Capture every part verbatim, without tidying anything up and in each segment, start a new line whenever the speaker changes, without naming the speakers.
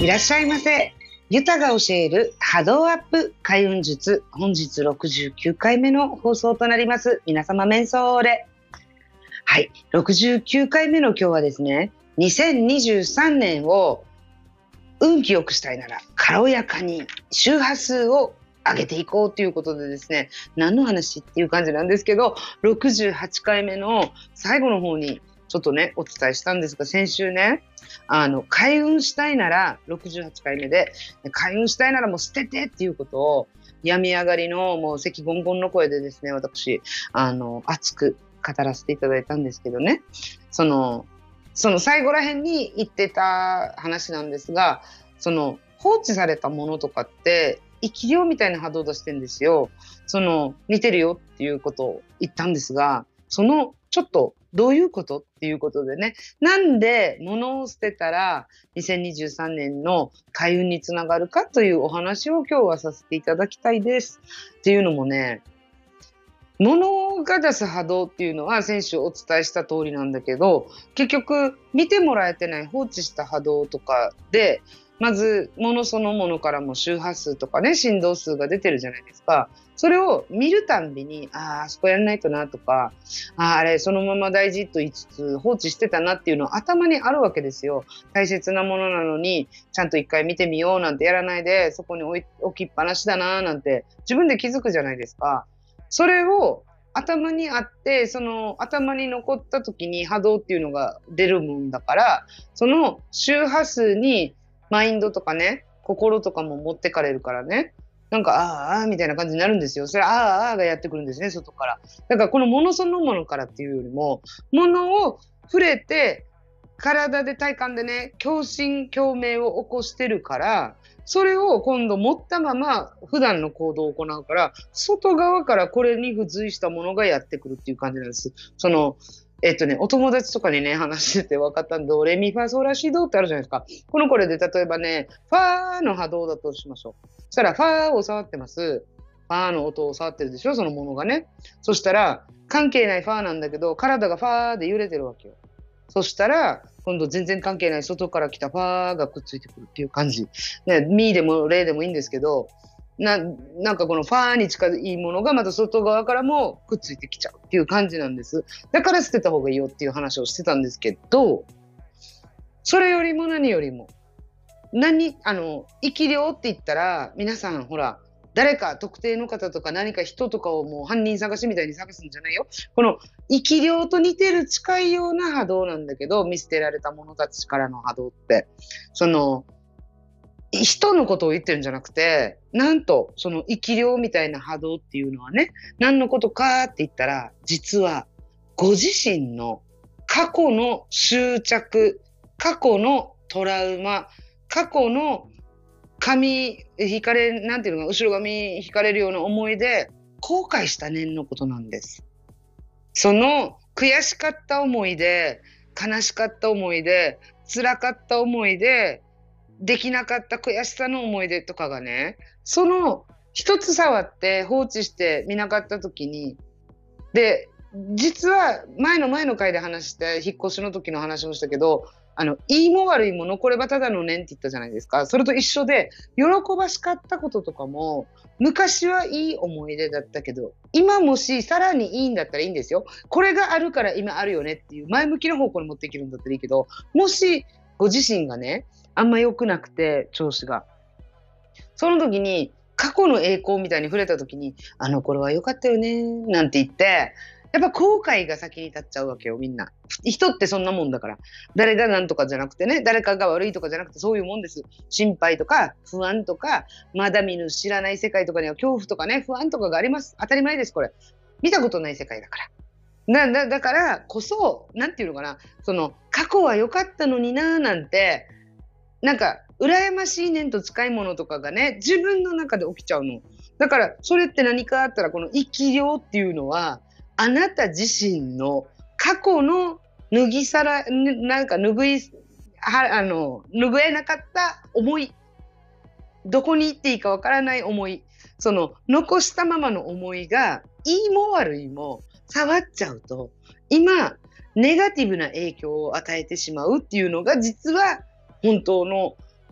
いらっしゃいませ。ユタが教える波動アップ開運術、本日ろくじゅうきゅうかいめの放送となります。皆様メンソーレ。はい、ろくじゅうきゅうかいめの今日はですね、にせんにじゅうさんねんを運気良くしたいなら軽やかに周波数を上げていこうということでですね、何の話っていう感じなんですけど、ろくじゅうはちかいめの最後の方にちょっとねお伝えしたんですが、先週ね、あの開運したいならろくじゅうはちかいめで開運したいならもう捨ててっていうことを病み上がりのもう咳ゴンゴンの声でですね、私あの熱く語らせていただいたんですけどね、そのその最後らへんに言ってた話なんですが、その放置されたものとかって生き量みたいな波動を出してるんですよ。その似てるよっていうことを言ったんですが、そのちょっとどういうことっていうことでね、なんで物を捨てたらにせんにじゅうさんねんの開運につながるかというお話を今日はさせていただきたいです。っていうのもね、物が出す波動っていうのは先週お伝えした通りなんだけど、結局見てもらえてない放置した波動とかで、まず物そのものからも周波数とかね、振動数が出てるじゃないですか。それを見るたんびに、ああ、あそこやんないとなとか、ああ、あれそのまま大事と言いつつ放置してたなっていうのは頭にあるわけですよ。大切なものなのにちゃんと一回見てみようなんてやらないで、そこに置い置きっぱなしだななんて自分で気づくじゃないですか。それを頭にあって、その頭に残った時に波動っていうのが出るもんだから、その周波数にマインドとかね、心とかも持ってかれるからね、なんかあーあーみたいな感じになるんですよ。それあーあーがやってくるんですね、外から。だからこの物そのものからっていうよりも、物を触れて体で体感でね、共振共鳴を起こしてるから、それを今度持ったまま普段の行動を行うから、外側からこれに付随したものがやってくるっていう感じなんです。そのえっとね、お友達とかにね、話してて分かったんで、ドレミファソラシドってあるじゃないですか。このこれで例えばね、ファーの波動だとしましょう。そしたら、ファーを触ってます。ファーの音を触ってるでしょ、そのものがね。そしたら、関係ないファーなんだけど、体がファーで揺れてるわけよ。そしたら、今度全然関係ない外から来たファーがくっついてくるっていう感じ。ね、ミーでもレーでもいいんですけど、な, なんかこのファーに近いものがまた外側からもくっついてきちゃうっていう感じなんです。だから捨てた方がいいよっていう話をしてたんですけど、それよりも何よりも何あの生き量って言ったら、皆さんほら誰か特定の方とか何か人とかをもう犯人探しみたいに探すんじゃないよ。この生き量と似てる近いような波動なんだけど、見捨てられた者たちからの波動って、その人のことを言ってるんじゃなくて、なんとその生き量みたいな波動っていうのはね、何のことかって言ったら、実はご自身の過去の執着、過去のトラウマ、過去の髪引かれ、なんていうのか、後ろ髪引かれるような思いで後悔した念のことなんです。その悔しかった思いで、悲しかった思いで、辛かった思いで、できなかった悔しさの思い出とかがね、その一つ触って放置して見なかった時に、で実は前の前の回で話して引っ越しの時の話もしたけど、あのいいも悪いも残ればただの念って言ったじゃないですか。それと一緒で、喜ばしかったこととかも昔はいい思い出だったけど、今もしさらにいいんだったらいいんですよ。これがあるから今あるよねっていう前向きな方向に持っていけるんだったらいいけど、もしご自身がねあんま良くなくて調子が、その時に過去の栄光みたいに触れた時に、あの頃は良かったよねなんて言って、やっぱ後悔が先に立っちゃうわけよ。みんな人ってそんなもんだから、誰が何とかじゃなくてね、誰かが悪いとかじゃなくて、そういうもんです。心配とか不安とか、まだ見ぬ知らない世界とかには恐怖とかね、不安とかがあります。当たり前です。これ見たことない世界だから。だ, だ, だからこそ、なんていうのかな、その過去は良かったのにななんて、なんか羨ましい念と近いものとかがね、自分の中で起きちゃうの。だからそれって何かあったら、この生き量っていうのは、あなた自身の過去の脱ぎさら、なんか拭いはあの拭えなかった思い、どこに行っていいかわからない思い、その残したままの思いがいいも悪いも触っちゃうと、今ネガティブな影響を与えてしまうっていうのが、実は本当の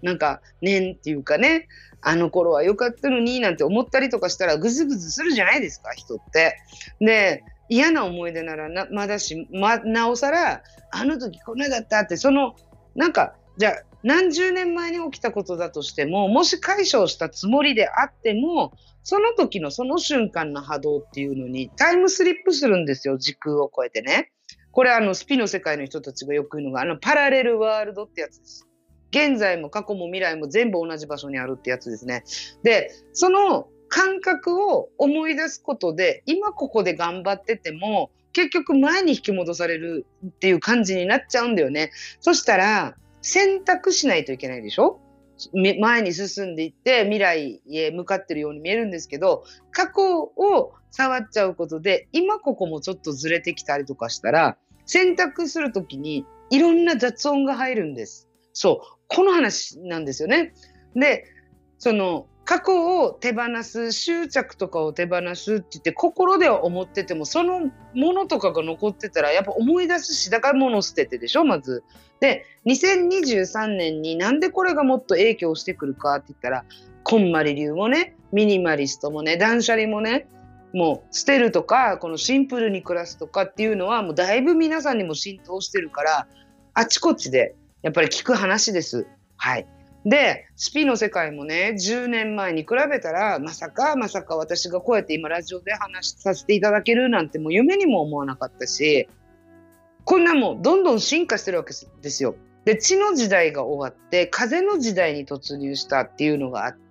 なんか念っていうかね、あの頃は良かったのになんて思ったりとかしたらぐずぐずするじゃないですか、人って。で、嫌な思い出ならなまだし、ま、なおさらあの時こんなだったって、そのなんかじゃあ何十年前に起きたことだとしても、もし解消したつもりであっても、その時のその瞬間の波動っていうのにタイムスリップするんですよ、時空を超えてね。これあのスピの世界の人たちがよく言うのが、あのパラレルワールドってやつです。現在も過去も未来も全部同じ場所にあるってやつですね。で、その感覚を思い出すことで、今ここで頑張ってても結局前に引き戻されるっていう感じになっちゃうんだよね。そしたら選択しないといけないでしょ。前に進んでいって未来へ向かってるように見えるんですけど、過去を触っちゃうことで今ここもちょっとずれてきたりとかしたら、選択するときにいろんな雑音が入るんです。そう、この話なんですよね。で、その過去を手放す、執着とかを手放すって言って心では思ってても、そのものとかが残ってたらやっぱ思い出すし、だから物を捨ててでしょ、まず。で、にせんにじゅうさんねんになんでこれがもっと影響してくるかって言ったら、こんまり流もね、ミニマリストもね、断捨離もね、もう捨てるとか、このシンプルに暮らすとかっていうのはもうだいぶ皆さんにも浸透してるから、あちこちでやっぱり聞く話です。はい。で、スピの世界もね、じゅうねんまえに比べたら、まさかまさか私がこうやって今ラジオで話させていただけるなんてもう夢にも思わなかったし、こんなもんどんどん進化してるわけですよ。で、地の時代が終わって風の時代に突入したっていうのがあって、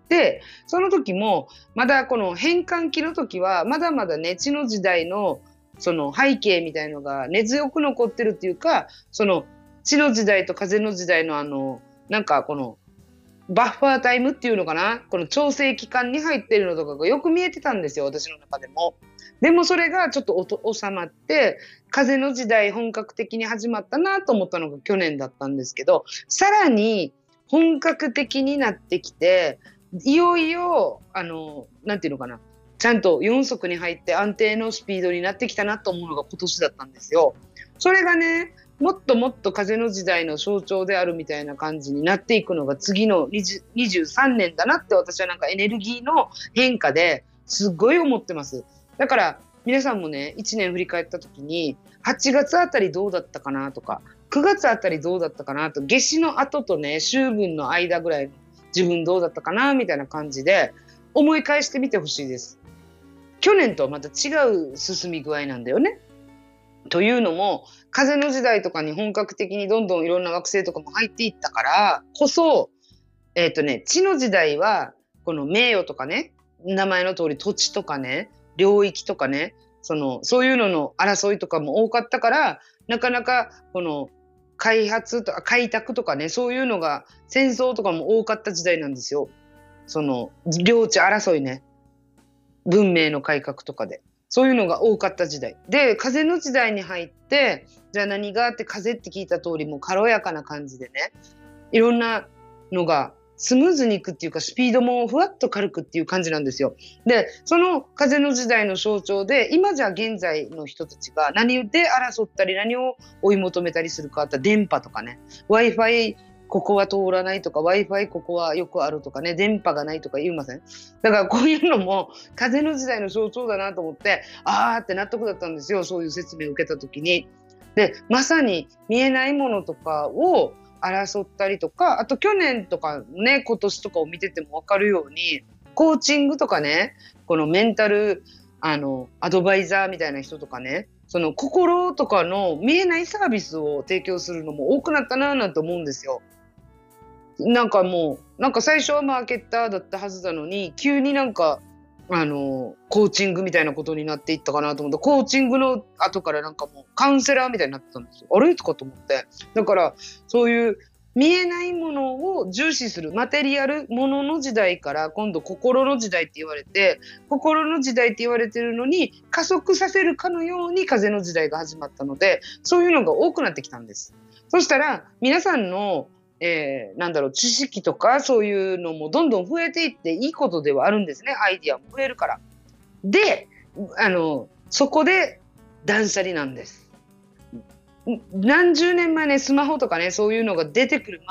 その時もまだこの変換期の時はまだまだね、地の時代のその背景みたいのが根強く残ってるっていうか、その地の時代と風の時代のあのなんかこのバッファータイムっていうのかな、この調整期間に入ってるのとかがよく見えてたんですよ、私の中でも。でもそれがちょっとおと収まって、風の時代本格的に始まったなと思ったのが去年だったんですけど、さらに本格的になってきて、いよいよあのなんていうのかな、ちゃんとよん速に入って安定のスピードになってきたなと思うのが今年だったんですよ。それがね、もっともっと風の時代の象徴であるみたいな感じになっていくのが次のにじゅう、にじゅうさんねんだなって私はなんかエネルギーの変化ですごい思ってます。だから皆さんもね、いちねん振り返った時にはちがつあたりどうだったかなとか、くがつあたりどうだったかなと、夏至の後とね、秋分の間ぐらいの自分どうだったかなみたいな感じで思い返してみてほしいです。去年とはまた違う進み具合なんだよね。というのも、風の時代とかに本格的にどんどんいろんな惑星とかも入っていったからこそ、えっとね、地の時代はこの名誉とかね、名前の通り土地とかね、領域とかね、そのそういうのの争いとかも多かったから、なかなかこの開発とか開拓とかね、そういうのが戦争とかも多かった時代なんですよ。その領地争いね、文明の改革とかで。そういうのが多かった時代で、風の時代に入って、じゃあ何があって、風って聞いた通りもう軽やかな感じでね、いろんなのがスムーズにいくっていうか、スピードもふわっと軽くっていう感じなんですよ。で、その風の時代の象徴で、今じゃ現在の人たちが何で争ったり何を追い求めたりするかあったら、電波とかね、 Wi-Fi ここは通らないとか、 Wi-Fi ここはよくあるとかね、電波がないとか言いません？だからこういうのも風の時代の象徴だなと思って、あーって納得だったんですよ、そういう説明を受けた時に。で、まさに見えないものとかを争ったりとか、あと去年とかね、今年とかを見てても分かるように、コーチングとかね、このメンタルあのアドバイザーみたいな人とかね、その心とかの見えないサービスを提供するのも多くなったななんて思うんですよ。なんかもうなんか最初はマーケッターだったはずなのに、急になんかあのコーチングみたいなことになっていったかなと思って、コーチングの後からなんかもうカウンセラーみたいになってたんですよ。あれとかと思って。だからそういう見えないものを重視するマテリアルものの時代から今度心の時代って言われて、心の時代って言われてるのに加速させるかのように風の時代が始まったので、そういうのが多くなってきたんです。そしたら皆さんのえー、なんだろう、知識とかそういうのもどんどん増えていっていいことではあるんですね。アイディアも増えるから。で、あのそこで断捨離なんです。何十年前ね、スマホとかね、そういうのが出てくる前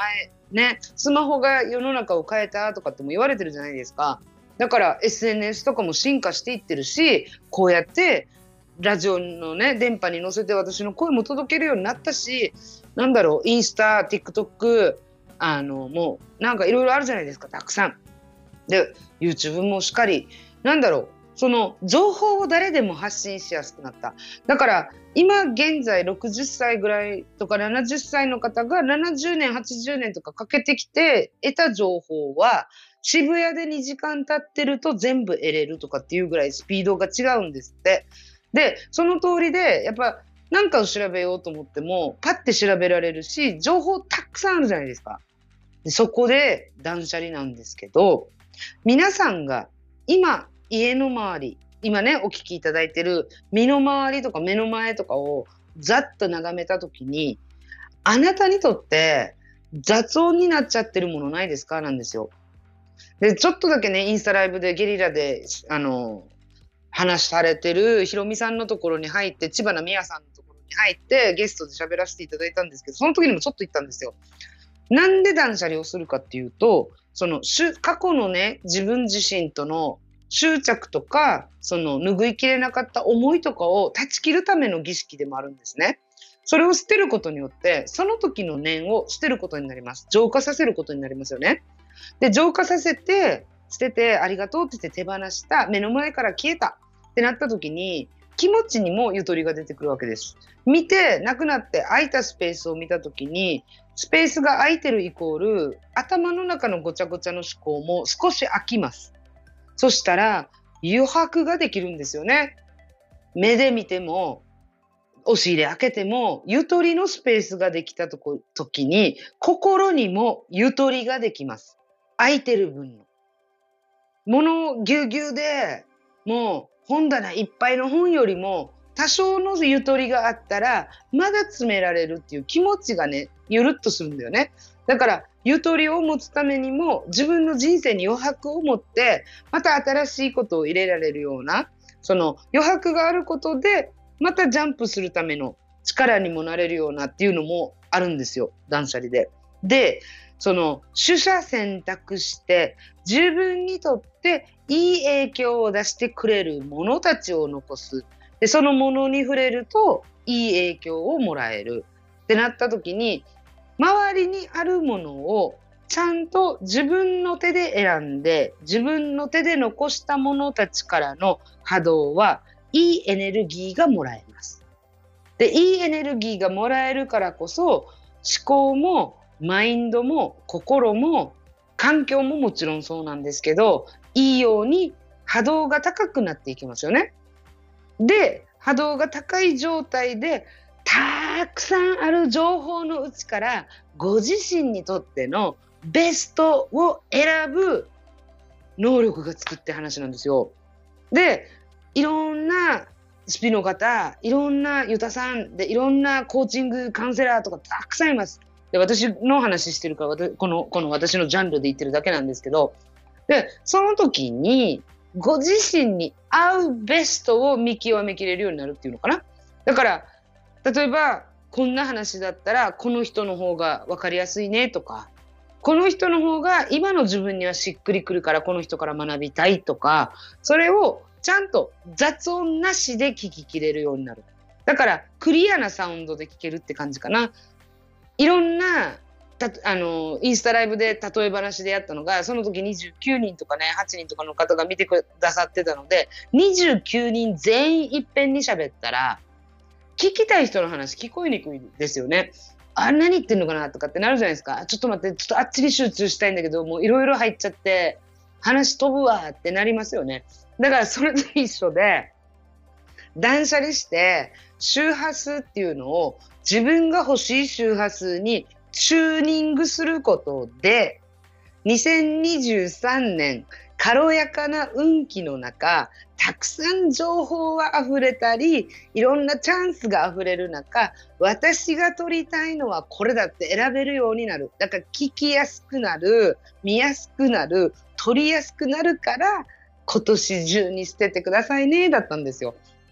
ね、スマホが世の中を変えたとかっても言われてるじゃないですか。だから エスエヌエス とかも進化していってるし、こうやってラジオのね電波に乗せて私の声も届けるようになったし、なんだろう、インスタ、TikTok、あのもうなんかいろいろあるじゃないですか、たくさん。で YouTube もしっかり、なんだろう、その情報を誰でも発信しやすくなった。だから今現在ろくじゅっさいぐらいとかななじゅっさいの方がななじゅうねんはちじゅうねんとかかけてきて得た情報は、渋谷でにじかん経ってると全部得れるとかっていうぐらいスピードが違うんですって。でその通りで、やっぱ何かを調べようと思ってもパッて調べられるし、情報たくさんあるじゃないですか。でそこで断捨離なんですけど、皆さんが今家の周り、今ねお聞きいただいてる身の回りとか目の前とかをざっと眺めた時に、あなたにとって雑音になっちゃってるものないですかなんですよ。でちょっとだけねインスタライブでゲリラであの話されてるひろみさんのところに入って、千葉なみやさんのところに入ってゲストで喋らせていただいたんですけど、その時にもちょっと言ったんですよ。なんで断捨離をするかっていうと、その過去のね自分自身との執着とか、その拭いきれなかった思いとかを断ち切るための儀式でもあるんですね。それを捨てることによってその時の念を捨てることになります。浄化させることになりますよね。で浄化させて捨ててありがとうって言って手放した、目の前から消えたってなった時に、気持ちにもゆとりが出てくるわけです。見てなくなって空いたスペースを見た時に、スペースが空いてるイコール頭の中のごちゃごちゃの思考も少し空きます。そしたら余白ができるんですよね。目で見ても押し入れ開けてもゆとりのスペースができたとこ時に、心にもゆとりができます。空いてる分の物ぎゅうぎゅうで、もう本棚いっぱいの本よりも多少のゆとりがあったらまだ詰められるっていう気持ちがねゆるっとするんだよね。だからゆとりを持つためにも自分の人生に余白を持ってまた新しいことを入れられるような、その余白があることでまたジャンプするための力にもなれるようなっていうのもあるんですよ、断捨離で。でその取捨選択して自分にとっていい影響を出してくれるものたちを残す。でそのものに触れるといい影響をもらえるってなった時に、周りにあるものをちゃんと自分の手で選んで、自分の手で残したものたちからの波動はいいエネルギーがもらえます。でいいエネルギーがもらえるからこそ、思考もマインドも心も環境ももちろんそうなんですけど、いいように波動が高くなっていきますよね。で波動が高い状態でたくさんある情報のうちからご自身にとってのベストを選ぶ能力がつくって話なんですよ。でいろんなスピの方、いろんなユタさんで、いろんなコーチングカウンセラーとかたくさんいます。で私の話してるからこの、この私のジャンルで言ってるだけなんですけど、でその時にご自身に合うベストを見極めきれるようになるっていうのかな。だから例えばこんな話だったらこの人の方が分かりやすいねとか、この人の方が今の自分にはしっくりくるからこの人から学びたいとか、それをちゃんと雑音なしで聞ききれるようになる。だからクリアなサウンドで聞けるって感じかな。いろんなたあのインスタライブで例え話でやったのが、その時にじゅうきゅうにんとかねはちにんとかの方が見てくださってたので、にじゅうきゅうにん全員いっぺんに喋ったら聞きたい人の話聞こえにくいですよね。あ、何言ってんのかなとかってなるじゃないですか。ちょっと待って、ちょっとあっちに集中したいんだけどもういろいろ入っちゃって話飛ぶわってなりますよね。だからそれと一緒で、断捨離して周波数っていうのを自分が欲しい周波数にチューニングすることで、にせんにじゅうさんねん軽やかな運気の中、たくさん情報は溢れたりいろんなチャンスが溢れる中、私が取りたいのはこれだって選べるようになる。だから聞きやすくなる、見やすくなる、取りやすくなるから今年中に捨ててくださいねだったんですよ。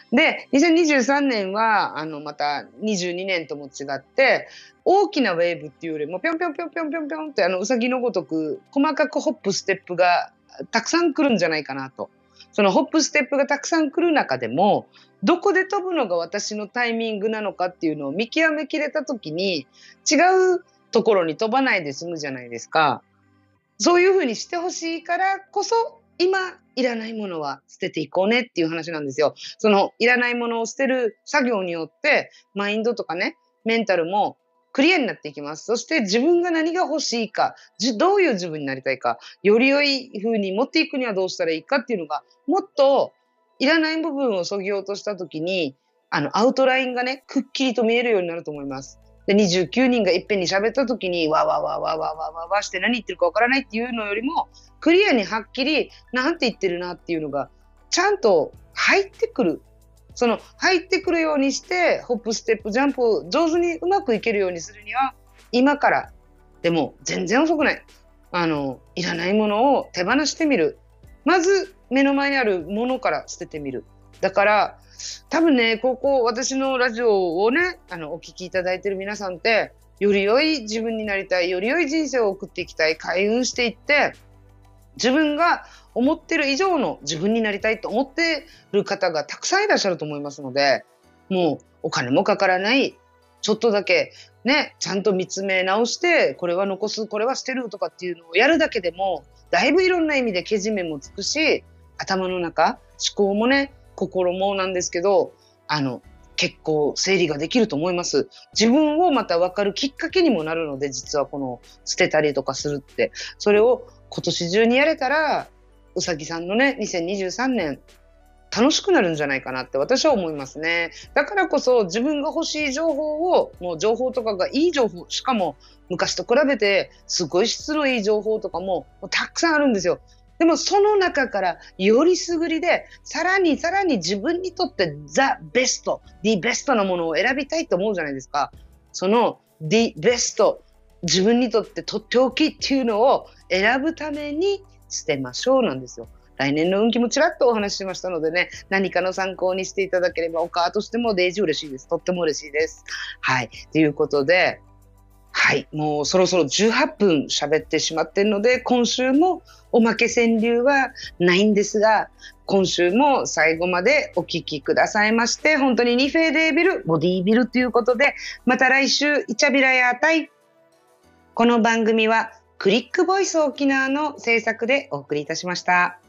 で、にせんにじゅうさんねんは、あの、またにじゅうにねんとも違って、大きなウェーブっていうよりも、ぴょんぴょんぴょんぴょんぴょんぴょんって、あの、うさぎのごとく、細かくホップ、ステップがたくさん来るんじゃないかなと。そのホップ、ステップがたくさん来る中でも、どこで飛ぶのが私のタイミングなのかっていうのを見極めきれたときに、違うところに飛ばないで済むじゃないですか。そういうふうにしてほしいからこそ、今、いらないものは捨てていこうねっていう話なんですよ。その、いらないものを捨てる作業によって、マインドとかね、メンタルもクリアになっていきます。そして自分が何が欲しいか、じどういう自分になりたいか、より良い風に持っていくにはどうしたらいいかっていうのが、もっといらない部分を削ぎ落としたときに、あの、アウトラインがね、くっきりと見えるようになると思います。で、にじゅうきゅうにんがいっぺんに喋ったときに、わわわわわわわわして何言ってるかわからないっていうのよりも、クリアにはっきり、なんて言ってるなっていうのが、ちゃんと入ってくる。その、入ってくるようにして、ホップ、ステップ、ジャンプを上手にうまくいけるようにするには、今から、でも全然遅くない。あの、いらないものを手放してみる。まず、目の前にあるものから捨ててみる。だから、多分ね、ここ、私のラジオをね、あの、お聞きいただいている皆さんって、より良い自分になりたい、より良い人生を送っていきたい、開運していって、自分が思ってる以上の自分になりたいと思ってる方がたくさんいらっしゃると思いますので、もうお金もかからない、ちょっとだけね、ちゃんと見つめ直して、これは残す、これは捨てるとかっていうのをやるだけでも、だいぶいろんな意味でけじめもつくし、頭の中、思考もね、心もなんですけど、あの、結構整理ができると思います。自分をまた分かるきっかけにもなるので、実はこの捨てたりとかするって、それを今年中にやれたら、うさぎさんのね、にせんにじゅうさんねん、楽しくなるんじゃないかなって私は思いますね。だからこそ自分が欲しい情報を、もう情報とかがいい情報、しかも昔と比べてすごい質のいい情報とかも、もうたくさんあるんですよ。でもその中からよりすぐりで、さらにさらに自分にとってザ・ベスト、ディ・ベストなものを選びたいと思うじゃないですか。そのディ・ベスト、自分にとってとっておきっていうのを選ぶために捨てましょうなんですよ。来年の運気もちらっとお話ししましたのでね、何かの参考にしていただければ、お母としてもデージ嬉しいです。とっても嬉しいです。はい。ということで、はい。もうそろそろじゅうはっぷん喋ってしまっているので、今週もおまけ川柳はないんですが、今週も最後までお聞きくださいまして、本当にニフェーデービル、ボディービルということで、また来週、イチャビラヤータイ。この番組はクリックボイス沖縄の制作でお送りいたしました。